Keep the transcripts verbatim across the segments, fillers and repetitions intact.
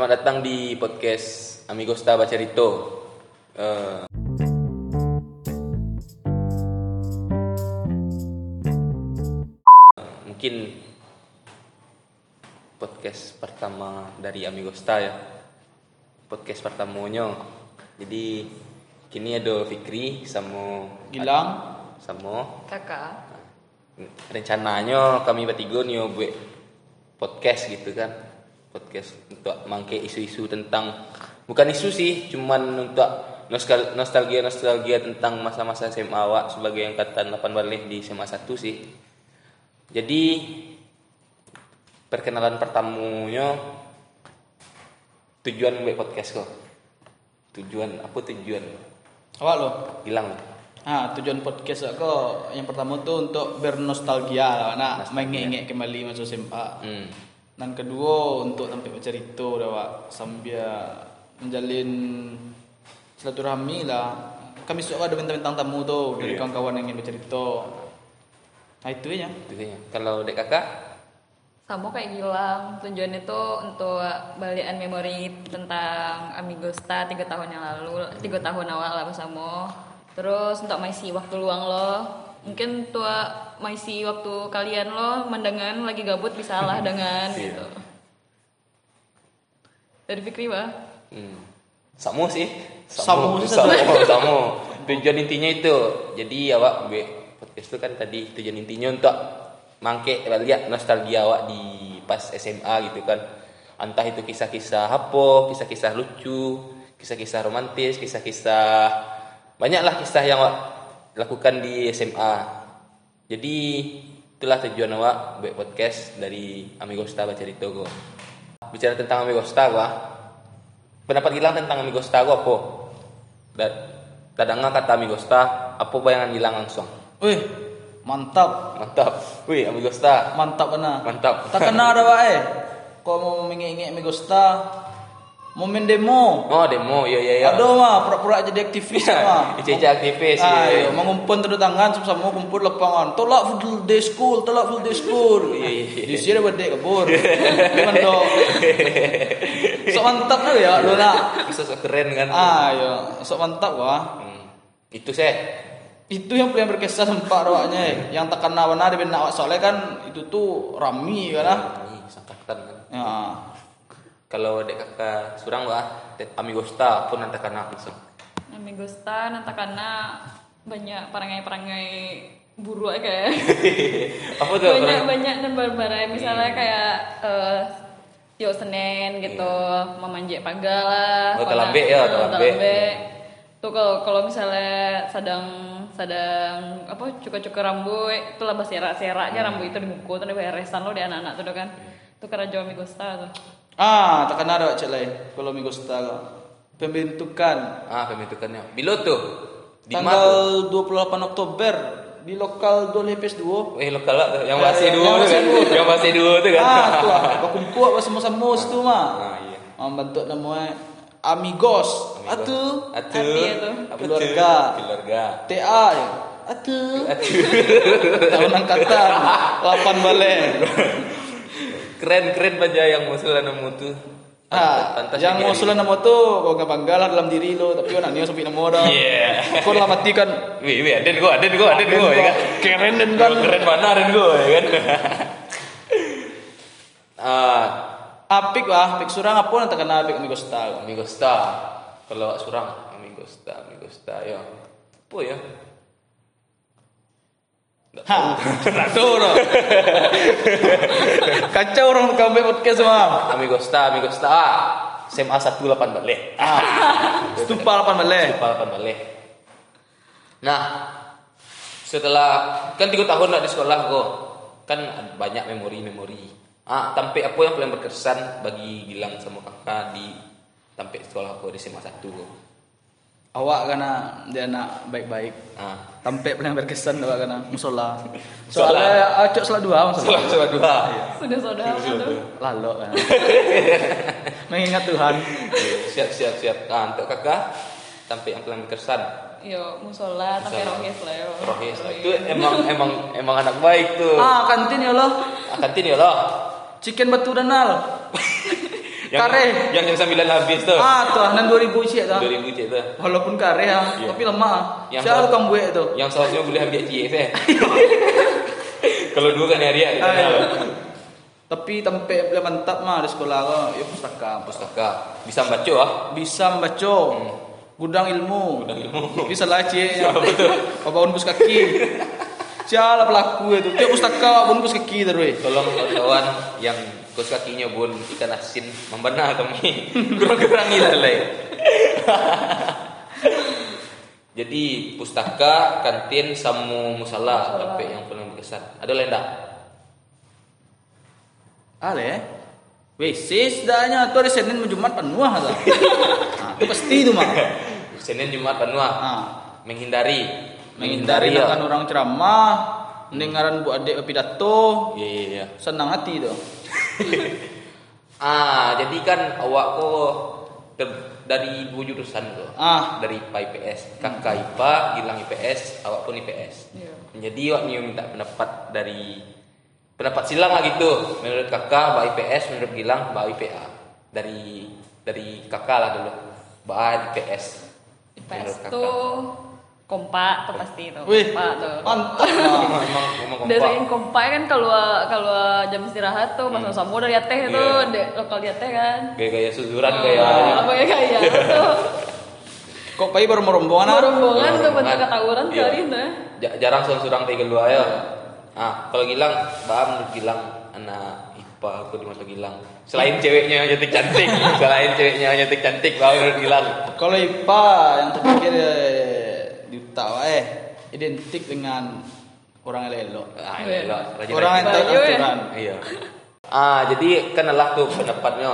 Selamat datang di podcast Amigosta Bacarito. Uh, mungkin podcast pertama dari Amigosta ya. Podcast pertamanya. Jadi kini ada Fikri sama Gilang sama Kakak. Rencananya kami bertiga nih buat podcast gitu kan. Podcast untuk mangke isu-isu tentang, bukan isu sih, cuman untuk nostalgia-nostalgia tentang masa-masa S M A awak sebagai angkatan delapan balik di S M A satu sih. Jadi perkenalan pertamanya tujuan buat podcast kok. Tujuan apa tujuan? awak lo Hilang. ah tujuan podcast aku yang pertama tuh untuk bernostalgia lah, nak mengingat kembali masa S M A. Hmm. Dan kedua untuk sampai bercerita dah wak sambil menjalin silaturahmi lah. Kami suka ada bintang-bintang tamu tuh dari Iya. kawan-kawan yang ingin bercerita. Nah itu aja. Itu kayaknya. Kalau dek kakak? Sama kayak Gilang, tujuan itu untuk balikan memori tentang Amigosta tiga tahun yang lalu, tiga tahun awal lah bersama. Terus untuk mengisi waktu luang lo, mungkin tua mengisi waktu kalian lo mendengar lagi gabut bisa lah dengan gitu. Dari Fikri bah? Hmm. Sama sih. Sama sih, sama, sama, sama. Tujuan intinya itu. Jadi awak gue podcast itu kan tadi tujuan intinya untuk mangke lihat nostalgia awak di pas S M A gitu kan. Entah itu kisah-kisah apa, kisah-kisah lucu, kisah-kisah romantis, kisah-kisah banyaklah kisah yang awak lakukan di S M A. Jadi itulah tujuan awak buat podcast dari Amigosta Bacarito go. Bicara tentang Amigosta gua. Pendapat Gilang tentang Amigosta gua apa? Dan kadang kata Amigosta, apa bayangan Gilang langsung? Wih, mantap. Mantap. Wih, Amigosta. Mantap benar. Mantap. Tak kena ada wak eh. Kau mau mengingat Amigosta, mau main demo. Oh, demo. Iya, iya, iya. Ada mah pura-pura jadi aktivis mah. Ica-ica aktivis. Ah, iya. iya, mengumpul tanda tangan sama-sama kumpul lapangan. Tolak full day school, tolak full day school. Iya, iya. Di sini ada dek kabur. Cuman do. Sok mantap tuh ya, lu nak. Bisa sok keren kan. Ah, iya, sok mantap wah. Hmm. Itu sih. Itu yang paling berkesan sempat awaknya. Eh. Yang tekan nawana di benak awak soalnya kan itu tuh rami kan ah. Ini sangkatan kan. Ya. Kalau dek kakak surang wah, Amigosta pun nanti kena langsung. Amigosta nanti karena banyak perangai-perangai buruk kayak. Apa tuh? banyak banyak dan barbarai misalnya kayak uh, Yo Senen gitu, iya. Memanjat pagar lah. Oh, telambe ya, telambe. Tuh kalau kalau misalnya sedang sedang apa cuka-cuka rambut, itu lah serak-serak aja hmm. rambut itu di muka tuh di beresan lo di anak-anak tuh kan. Itu kerja Amigosta tuh. Ah, tak kena ada cek lain. Kalau Amigosta pembentukan. Ah, pembentukannya. Bila tuh? Di tanggal dua puluh delapan Oktober di lokal dua Lepes dua. Eh, lokal lah yang masih dua tuh kan. Yang masih dua tuh kan. Ah, tuh ah, berkumpul bersama-sama situ mah. Ah, iya. Membentuk namanya Amigos. Atu. Atu. Keluarga. Keluarga. T A ya. Atu. Tahun angkatan delapan balik. Keren-keren aja yang musulan nemu tuh. Ah, Pantas yang mau sulan nama tuh kau nggak bangga lah dalam diri lo, tapi orang ni sampai nama dah. Iya. Kau lah mati kan. Wih, wih, aden gua, aden gua, aden gua ya kan. Keren dan kan. Keren mana aden gua ya kan. Ah, Apik lah, apik surang apa nanti kena apik Amigosta. Amigosta. Kalau surang Amigosta, Amigosta ya. Apa ya? Ha, tak tahu dah. Kacau orang kambing podcast semua. Amigosta, Amigosta. Ah, S M A satu delapan balik. Ah, stupa delapan balik. Stupa delapan balik. Nah, setelah kan tiga tahun lah di sekolah kok, kan banyak memori-memori. Ah, tampil apa yang paling berkesan bagi Gilang sama kakak di tampil sekolah kok di S M A satu kok? Awak kena dia nak baik-baik. Ah. Tampil paling berkesan awak kena musola. Soalnya acok salah dua musola. Salah dua. Sudah saudara tuh. Lalu kan. Mengingat Tuhan. Siap siap siap. Nah, untuk kakak tampil yang paling berkesan. Yo musola tapi rohis lah yo. Rohis. Itu emang emang emang anak baik tuh. Ah, kantin ya Allah. Ah, kantin ya loh. Chicken batu danal. yang, Kare. Yang jam sembilan habis tuh. Ah, tuh nan dua ribu cik tuh. dua ribu cek tuh. Walaupun kare ya, Iya. tapi lemah. Yang Siapa saus- kamu buat itu? Yang sausnya boleh ambil cie saya. Kalau dulu kan hari ya. Ah, iya. Tapi tempe boleh mantap mah di sekolah kok. Ya pustaka. Pustaka bisa baca ah. Bisa membaca. Gudang ilmu. Gudang ilmu. Bisa lah cik. Bawa bus kaki. Siapa pelaku itu? Tiap pustaka bun bus kaki terus. Tolong kawan-kawan yang kos kakinya bun ikan asin membenar kami. Kurang-kurangi lah lah. Jadi pustaka, kantin, samu musala, tapi yang paling berkesan. Ada lain tak? Ale. W C sedanya tu hari Senin Jumat penuh ada. Nah, itu pasti itu mah. Senin Jumat Panua. Ah, Menghindari, menghindari ya. akan orang ceramah, mendengaran bu adik pidato, Iya iya iya. senang hati itu. Ah, jadi kan awak kok ter- dari dua jurusan kok. Ah, Dari I P A I P S, kakak I P A, Gilang I P S, awak pun I P S. Iya. Jadi awak ni minta pendapat dari pendapat silang lah gitu. Menurut kakak, Mbak I P S, menurut Gilang, Mbak I P A. Dari dari kakak lah dulu. Mbak I P S. I P S Menurut kakak. tuh kompak tuh pasti tuh. wih, Kompak tuh. mantap. Memang memang memang kompak. Dari kompak kan kalau kalau jam istirahat tuh pas sama dari teh itu Iya. de, lokal dia teh kan. Gaya-gaya suzuran Oh, gaya. apa ya kayak tuh. Kok pai baru merombongan ah? Rombongan tuh Rombongan. bentuk ketawuran Iya. kali itu. Ja- jarang surang tiga dua ya. Ah, kalau Gilang, Mbak menurut Gilang anak I P A aku dimasuk Gilang. Selain ceweknya yang cantik cantik, selain ceweknya yang cantik cantik, Mbak menurut Gilang. Kalau I P A yang terpikir eh, di Utawa eh identik dengan orang elok. Ah, Iya. iya, rajin Orang yang tahu Baju, ya? aturan. Iya. Ah, jadi kan lah tuh pendapatnya.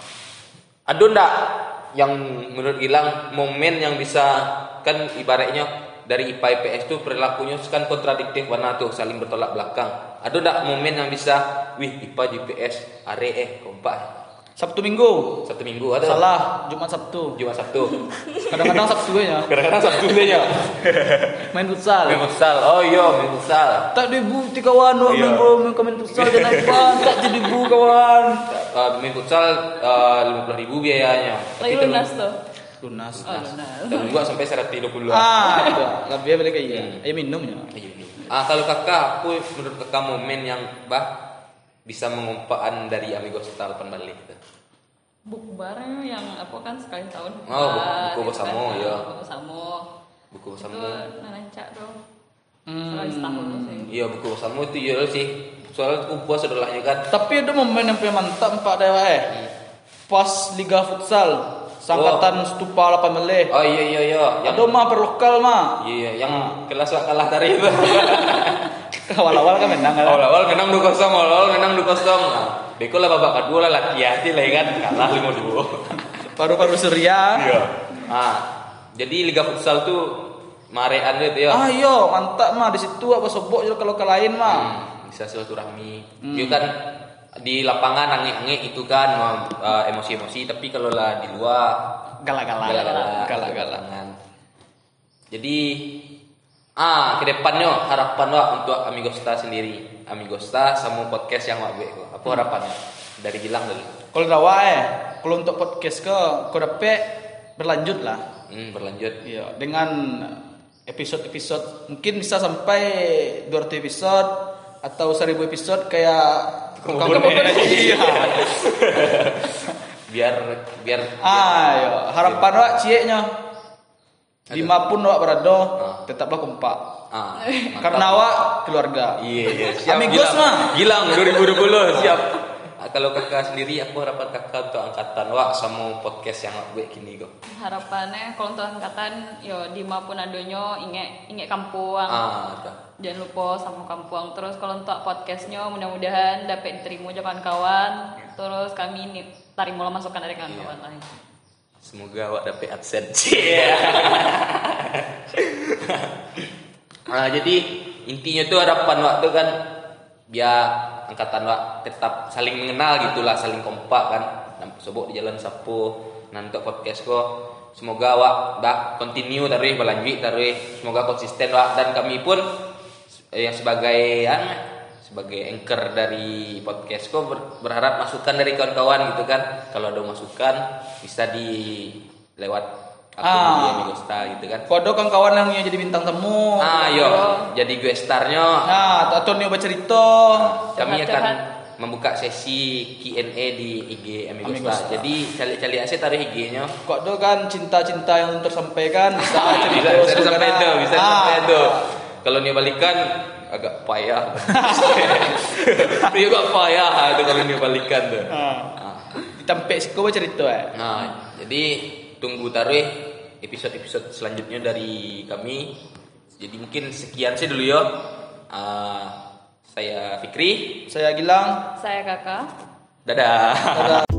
Ada ndak yang menurut Gilang momen yang bisa kan ibaratnya dari I P A I P S tuh perilakunya kan kontradiktif warna tuh saling bertolak belakang. Ada ndak momen yang bisa wih I P A I P S are eh kompak. Sabtu Minggu. Satu minggu ada. Salah, Jumat Sabtu. Jumat Sabtu. Kadang-kadang Sabtu ya. Kadang-kadang Sabtu deh ya. Main futsal. Main futsal. Oh iya, main futsal. Tak dibukti kawan, oh, Iya. main bro, main komen futsal jangan apa, tak jadi bu kawan. Uh, main futsal lima puluh ribu biayanya. Lagi Tapi lunas tuh. Lunas. Oh, lunas. Terus juga sampai seratus tiga puluh. Ah, itu. Lebih balik kayak iya. Hmm. Ayo minumnya. Ayo ini. Ah kalau kakak, aku menurut kakak momen yang bah bisa mengumpaan dari Amigos Star depan balik gitu. Bukbarnya yang apa kan sekali tahun. Oh, buku- bukbar, buku gitu bersama, kan. ya. Buku bersama. Buku Itu bersama. nanancak tuh. Hmm. Sekali setahun tuh sih. Iya buku bersama itu ya sih. Soalnya aku puas sedolahnya kan. Tapi ada momen yang paling mantap Pak Dewa eh. Pas Liga Futsal, sangkatan Stupa delapan meleh. Oh iya iya iya. Yang Ada mah per lokal mah. iya yang kelas wak kalah dari itu. Awal-awal kan menang kan. Awal-awal menang dua kosong, awal-awal menang dua kosong. Nah, beko lah babak kedua lah latihan sih lah kan kalah lima dua. Paru-paru Surya. Iya. Ah, jadi Liga Futsal tuh marean gitu ya. Ah iya, mantap mah di situ apa sobok juga kalau ke lain mah. Hmm, bisa silaturahmi. Dia kan di lapangan angin-angin itu kan uh, emosi-emosi, tapi kalau lah di luar Galak-galak. galak-galak, Galak-galak. lapangan. Jadi ah kedepannya harapan wak untuk Amigosta sendiri, Amigosta sama podcast yang wak buat. Apa harapannya dari Gilang dulu? Kalau dawa eh, kalau untuk podcast ke kau dapat berlanjut lah. Hmm, berlanjut. Iya, dengan episode-episode mungkin bisa sampai dua ratus episode atau seribu episode kayak Kebun kamu- eh. Iya. Biar biar Ah, iya. Harapan wak cieknya. Lima pun wak berado, Ah. tetaplah kompak. ah, Karena wak keluarga. Iya, iya, siap. Amigos Gilang. mah. Gilang dua ribu dua puluh siap. Ah, kalau kakak sendiri, aku harapan kakak untuk angkatan wak sama podcast yang wak buat kini kok. Harapannya kalau untuk angkatan yo di pun adonyo inget inget kampung. Ah, tuh. Jangan lupa sama kampung. Terus kalau untuk podcastnya mudah-mudahan dapat diterima juga kawan-kawan. Terus kami nih tarik mula masukan dari kawan-kawan Iya. lain. Semoga wak dapet AdSense. Iya. Nah, jadi intinya tuh harapan wak tuh kan biar angkatan wak tetap saling mengenal gitulah, saling kompak kan. Nampak sobok di jalan sapu, nanti podcast kok. Semoga wak dah continue taruh berlanjut taruh. Semoga konsisten wak dan kami pun eh, yang sebagai an, sebagai anchor dari podcast kok ber- berharap masukan dari kawan-kawan gitu kan. Kalau ada masukan bisa di lewat akun Ah. di Amigosta gitu kan. Kau ada kawan-kawan yang jadi bintang tamu. Ah, yo, jadi gue starnya. Nah, atau nih bercerita. Kami akan Curhat-curhat. membuka sesi Q and A di I G Amigosta. Amigosta. Jadi cali-cali aja taruh I G-nya. Kok ada kan cinta-cinta yang tersampaikan bisa cerita. bisa bisa sampai sekarang. itu, bisa Ah. sampai itu. Kalau nih balikan agak payah. Dia agak payah itu kalau nih balikan tuh. Ah. Ditampek sih kau bercerita eh. Nah, jadi tunggu taruh episode-episode selanjutnya dari kami. Jadi mungkin sekian sih dulu ya. Ah, saya Fikri. Saya Gilang. Saya kakak. Dadah. Dadah.